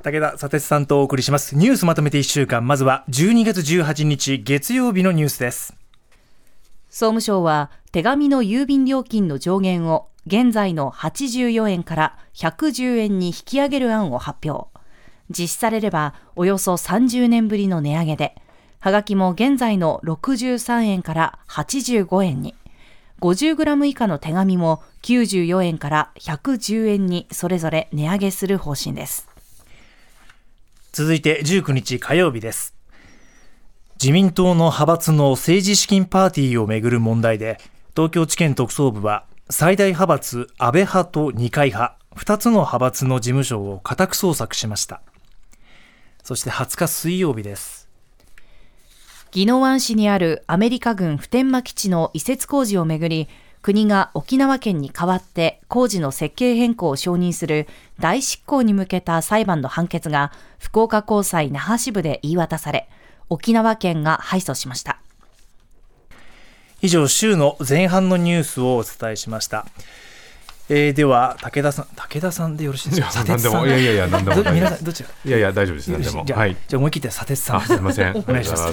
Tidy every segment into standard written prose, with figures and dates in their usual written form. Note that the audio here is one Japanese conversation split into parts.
武田砂鉄さんとお送りしますニュースまとめて1週間。まずは12月18日月曜日のニュースです。 総務省は手紙の郵便料金の上限を現在の84円から110円に引き上げる案を発表。実施されればおよそ30年ぶりの値上げで、はがきも現在の63円から85円に、50g 以下の手紙も94円から110円にそれぞれ値上げする方針です。 続いて19日火曜日です。自民党の派閥の政治資金パーティーをめぐる問題で、東京地検特捜部は最大派閥安倍派と二階派2つの派閥の事務所を家宅捜索しました。そして20日水曜日です。 宜野湾市にあるアメリカ軍普天間基地の移設工事をめぐり、国が沖縄県に代わって工事の設計変更を承認する代執行に向けた裁判の判決が福岡高裁那覇支部で言い渡され、沖縄県が敗訴しました。 以上、週の前半のニュースをお伝えしました。では武田さんでよろしいですか。砂鉄さん。 何でも皆さんどちら。 大丈夫です。何でも。 じゃあ思い切って砂鉄さん。 すみません。 お願いします。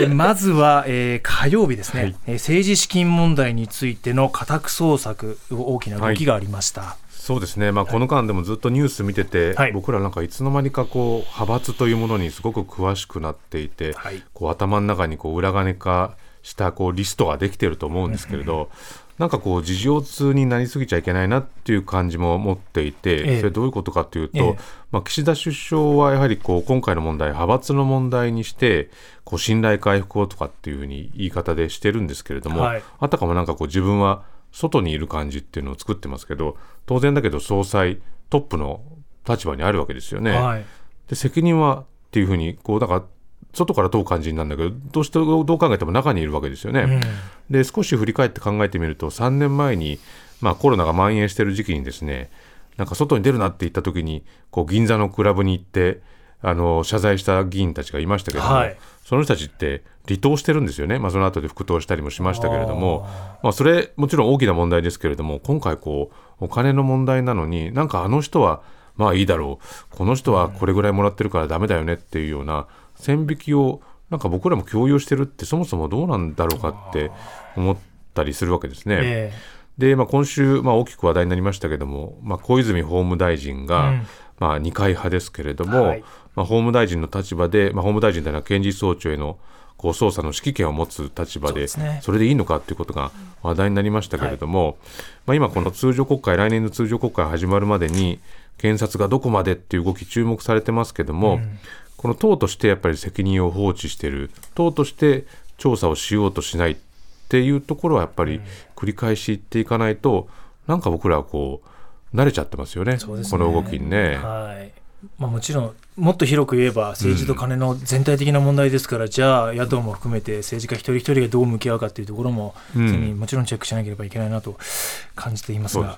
まずは、火曜日ですね、政治資金問題についての家宅捜索、大きな動きがありました。 そうですね、この間でもずっとニュース見てて、僕らなんかいつの間にか派閥というものにすごく詳しくなっていて、頭の中に裏金化したリストができていると思うんですけれど、なんか事情通になりすぎちゃいけないなっていう感じも持っていて、それどういうことかというと、岸田首相はやはり今回の問題、派閥の問題にして信頼回復をとかっていうふうに言い方でしてるんですけれども、あたかもなんか自分は外にいる感じっていうのを作ってますけど、当然だけど総裁トップの立場にあるわけですよね。で責任はっていうふうにだから外から問う感じになるんだけど、どう考えても中にいるわけですよね。で少し振り返って考えてみると、3年前に、コロナが蔓延している時期にですね、なんか外に出るなって言った時に銀座のクラブに行って謝罪した議員たちがいましたけども、その人たちって離党してるんですよね。その後で復党したりもしましたけれども、それもちろん大きな問題ですけれども、今回お金の問題なのに、なんかあの人はいいだろう、この人はこれぐらいもらってるからダメだよねっていうような線引きをなんか僕らも共有してるって、そもそもどうなんだろうかって思ったりするわけですね。で、今週、大きく話題になりましたけども、小泉法務大臣が、二階派ですけれども、法務大臣の立場で、法務大臣というのは検事総長への捜査の指揮権を持つ立場で、それでいいのかということが話題になりましたけれども、今この通常国会、来年の通常国会始まるまでに検察がどこまでっていう動き注目されてますけども、この党としてやっぱり責任を放置している、党として調査をしようとしないっていうところはやっぱり繰り返し言っていかないと、なんか僕らは慣れちゃってますよね、この動きにね。 もちろんもっと広く言えば政治と金の全体的な問題ですから、じゃあ野党も含めて政治家一人一人がどう向き合うかというところも、もちろんチェックしなければいけないなと感じていますが、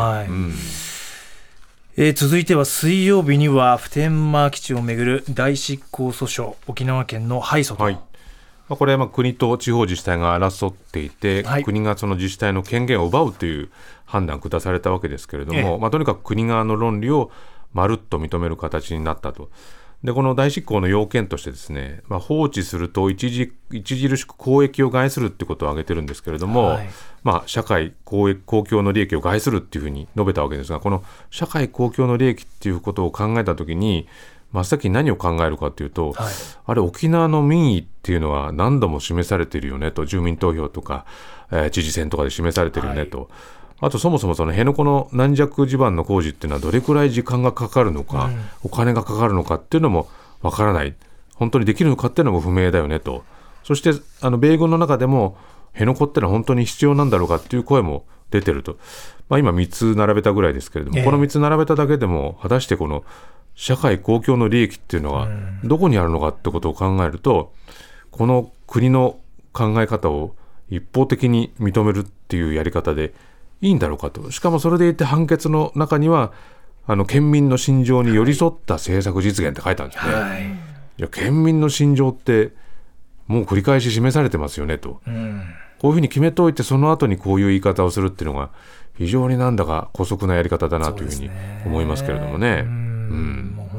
続いては水曜日には普天間基地をめぐる代執行訴訟、沖縄県の敗訴と、 これは国と地方自治体が争っていて、国がその自治体の権限を奪うという判断を下されたわけですけれども、とにかく国側の論理をまるっと認める形になったと。でこの代執行の要件としてですね、放置すると著しく公益を害するということを挙げてるんですけれども、社会公共の利益を害するっていうふうに述べたわけですが、この社会公共の利益っていうことを考えたときに、真っ先に何を考えるかというと、あれ沖縄の民意っていうのは何度も示されているよねと、住民投票とか、知事選とかで示されているよねと、あとそもそもその辺野古の軟弱地盤の工事っていうのはどれくらい時間がかかるのか、お金がかかるのかっていうのもわからない、本当にできるのかっていうのも不明だよねと。そして米軍の中でも辺野古ってのは本当に必要なんだろうかっていう声も出てると。今3つ並べたぐらいですけれども、この3つ並べただけでも果たしてこの社会公共の利益っていうのはどこにあるのかってことを考えると、この国の考え方を一方的に認めるっていうやり方でいいんだろうかと。しかもそれでいて判決の中には県民の心情に寄り添った政策実現って書いてあるんですね。いや県民の心情ってもう繰り返し示されてますよねと、こういうふうに決めておいてその後にこういう言い方をするっていうのが非常になんだか姑息なやり方だなというふうに思いますけれどもね。 もう本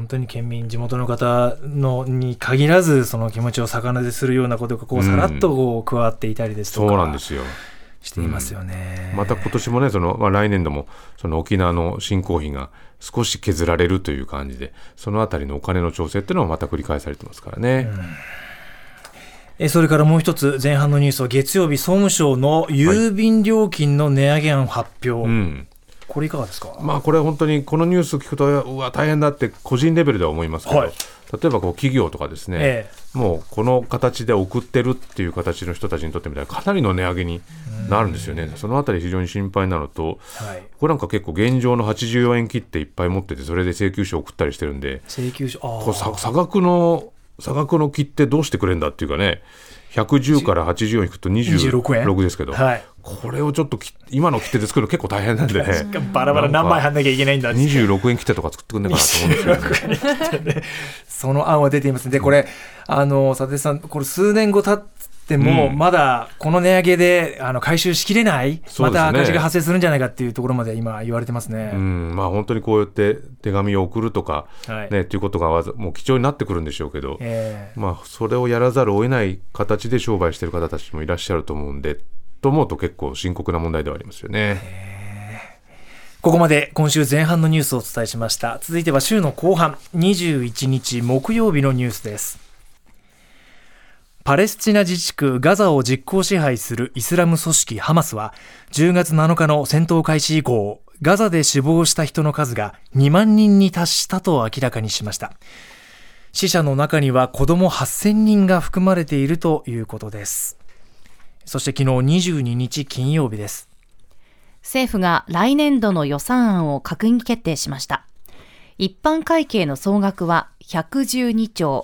当に県民、地元の方のに限らず、その気持ちを逆なでするようなことがこうさらっとこう加わっていたりですとか、 そうなんですよ、 していますよね。 また今年もね、来年度もその沖縄の振興費が少し削られるという感じで、そのあたりのお金の調整っていうのもまた繰り返されてますからね。 それからもう一つ、前半のニュースは月曜日、総務省の郵便料金の値上げ案発表、これいかがですか。 これは本当にこのニュース聞くと、うわ大変だって個人レベルでは思いますけど、例えばこう企業とかですね、もうこの形で送ってるっていう形の人たちにとってみたらかなりの値上げになるんですよね。そのあたり非常に心配なのと、これなんか結構現状の84円切っていっぱい持ってて、それで請求書送ったりしてるんで、差額の切ってどうしてくれんだっていうかね、110から84引くと26ですけど、これをちょっと今の切手で作るの結構大変なんでね、 バラバラ何枚貼んなきゃいけないんだって、 26円切手とか作ってくんねえかなと思うんですけど、ね、 その案は出ています。でこれ佐手さん、これ数年後経ってもまだこの値上げで回収しきれない、また赤字が発生するんじゃないかっていうところまで今言われてますね。 本当にこうやって手紙を送るとか、っていうことがもう貴重になってくるんでしょうけど、それをやらざるを得ない形で商売している方たちもいらっしゃると思うんで、と思うと結構深刻な問題ではありますよね。 ここまで今週前半のニュースをお伝えしました。続いては週の後半、21日木曜日のニュースです。パレスチナ自治区ガザを実効支配するイスラム組織ハマスは10月7日の戦闘開始以降、ガザで死亡した人の数が2万人に達したと明らかにしました。死者の中には子ども8000人が含まれているということです。そして昨日22日金曜日です。 政府が来年度の予算案を閣議決定しました。一般会計の総額は112兆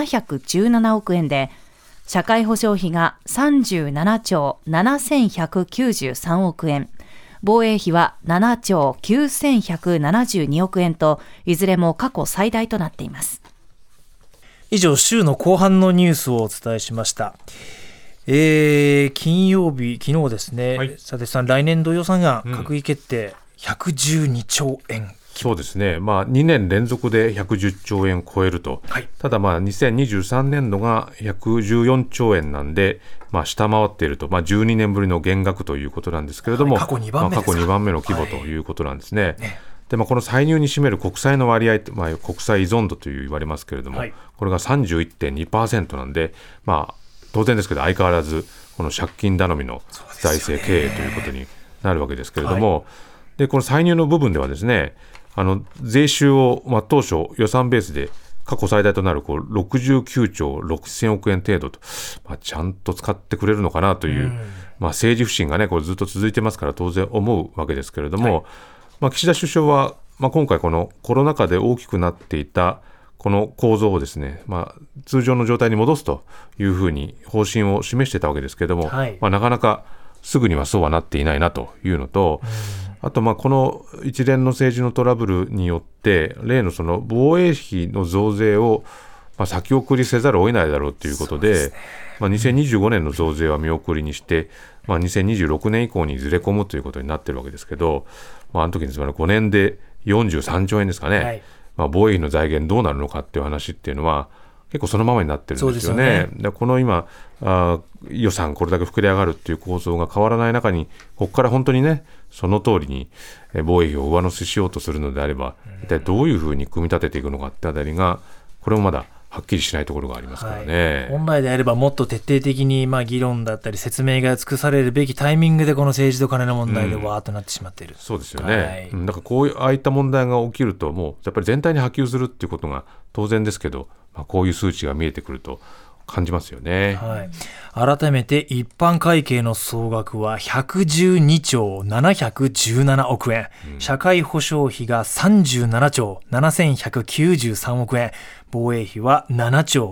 717億円で、社会保障費が37兆7193億円、防衛費は7兆9172億円と、いずれも過去最大となっています。 以上、週の後半のニュースをお伝えしました。金曜日、昨日ですね、佐々木さん、来年度予算案閣議決定、112兆円。 そうですね、2年連続で110兆円超えると、ただ2023年度が114兆円なんで、下回っていると、12年ぶりの減額ということなんですけれども、 過去2番目ですか。 過去2番目の規模ということなんですね。でこの歳入に占める国債の割合、国債依存度と言われますけれども、これが 31.2% なんで、当然ですけど相変わらずこの借金頼みの財政経営ということになるわけですけれども、でこの歳入の部分ではですね、税収を、当初予算ベースで過去最大となる69兆6000億円程度と、ちゃんと使ってくれるのかなという、政治不信がねこれずっと続いてますから当然思うわけですけれども、岸田首相は、今回このコロナ禍で大きくなっていたこの構造をですね、通常の状態に戻すというふうに方針を示していたわけですけれども、なかなかすぐにはそうはなっていないなというのと、あとこの一連の政治のトラブルによって例のその防衛費の増税を先送りせざるを得ないだろうということで、2025年の増税は見送りにして、2026年以降にずれ込むということになっているわけですけど、あの時に5年で43兆円ですかね、防衛費の財源どうなるのかっていう話っていうのは結構そのままになってるんですよね。でこの今予算これだけ膨れ上がるっていう構造が変わらない中に、ここから本当にねその通りに防衛費を上乗せしようとするのであれば、一体どういうふうに組み立てていくのかってあたりが、これもまだはっきりしないところがありますからね。 本来であればもっと徹底的に議論だったり説明が尽くされるべきタイミングでこの政治と金の問題でわーっとなってしまっている。 そうですよね。だからああいった問題が起きると、もうやっぱり全体に波及するっていうことが当然ですけど、こういう数値が見えてくると感じますよね。 改めて一般会計の総額は112兆717億円、社会保障費が37兆7193億円、防衛費は7兆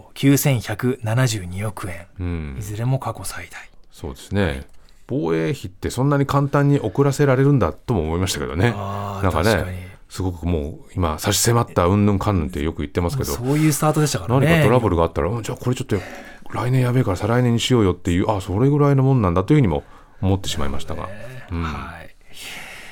9172億円、いずれも過去最大。 そうですね。防衛費ってそんなに簡単に遅らせられるんだとも思いましたけどね。なんかね、すごくもう今差し迫ったうんぬんかんぬんってよく言ってますけど、 そういうスタートでしたからね。 何かトラブルがあったら、じゃあこれちょっと来年やべえから再来年にしようよっていう、それぐらいのもんなんだというふうにも思ってしまいましたが、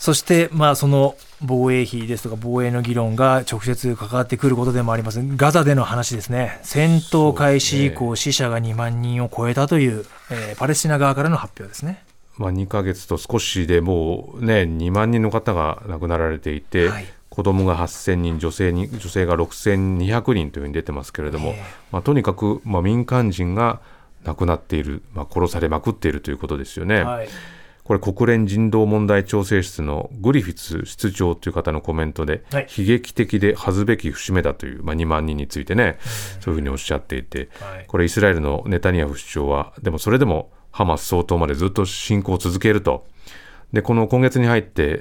そして、その防衛費ですとか防衛の議論が直接関わってくることでもあります。ガザでの話ですね。戦闘開始以降、死者が2万人を超えたという、パレスチナ側からの発表ですね。 2ヶ月と少しでもう、2万人の方が亡くなられていて、子どもが8000人、女性が6200人というふうに出てますけれども、とにかく、民間人が亡くなっている、殺されまくっているということですよね。これ国連人道問題調整室のグリフィツ室長という方のコメントで、悲劇的で恥ずべき節目だという、2万人についてね、そういうふうにおっしゃっていて、これイスラエルのネタニヤフ首相はでもそれでもハマス掃討までずっと侵攻を続けると。でこの今月に入って、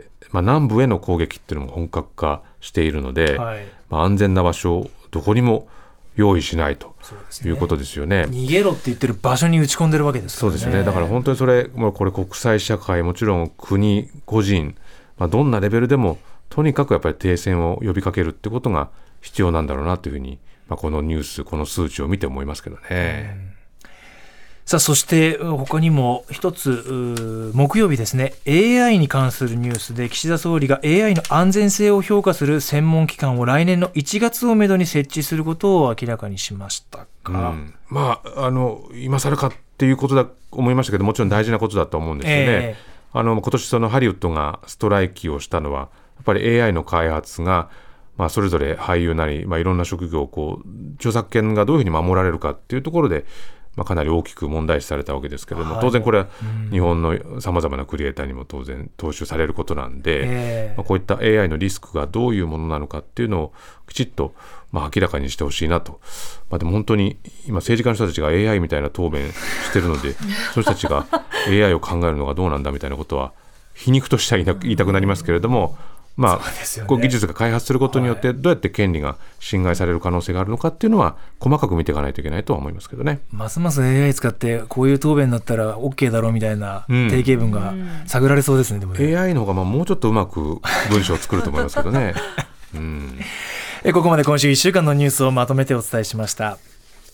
南部への攻撃っていうのも本格化しているので、安全な場所をどこにも用意しないということですよね。 逃げろって言ってる場所に打ち込んでるわけですからね。 そうですね。だから本当にこれ国際社会、もちろん国個人、どんなレベルでもとにかくやっぱり停戦を呼びかけるってことが必要なんだろうなというふうに、このニュース、この数値を見て思いますけどね。 さあ、そして他にも一つ木曜日ですね、 AI に関するニュースで岸田総理が AI の安全性を評価する専門機関を来年の1月をめどに設置することを明らかにしましたが、 今更かっていうことだと思いましたけど、もちろん大事なことだと思うんですよね。今年そのハリウッドがストライキをしたのはやっぱり AI の開発がそれぞれ俳優なり、いろんな職業を著作権がどういうふうに守られるかっていうところでかなり大きく問題視されたわけですけれども、当然これは日本のさまざまなクリエイターにも当然踏襲されることなんで、こういった AI のリスクがどういうものなのかっていうのをきちっと明らかにしてほしいなと。でも本当に今政治家の人たちが AI みたいな答弁してるので、その人たちが AI を考えるのがどうなんだみたいなことは皮肉としては言いたくなりますけれども、こう技術が開発することによってどうやって権利が侵害される可能性があるのかっていうのは細かく見ていかないといけないとは思いますけどね。 ますます AI 使ってこういう答弁だったら OK だろうみたいな定型文が探られそうですね。でもね、 AI の方がもうちょっとうまく文章を作ると思いますけどね。 ここまで今週1週間のニュースをまとめてお伝えしました。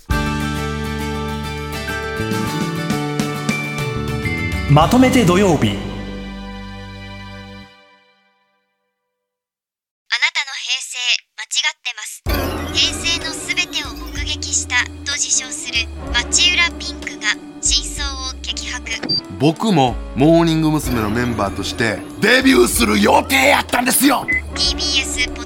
まとめて土曜日。 平成のすべてを目撃したと自称する町浦ピンクが真相を激白。 僕もモーニング娘。のメンバーとしてデビューする予定やったんですよ。 TBS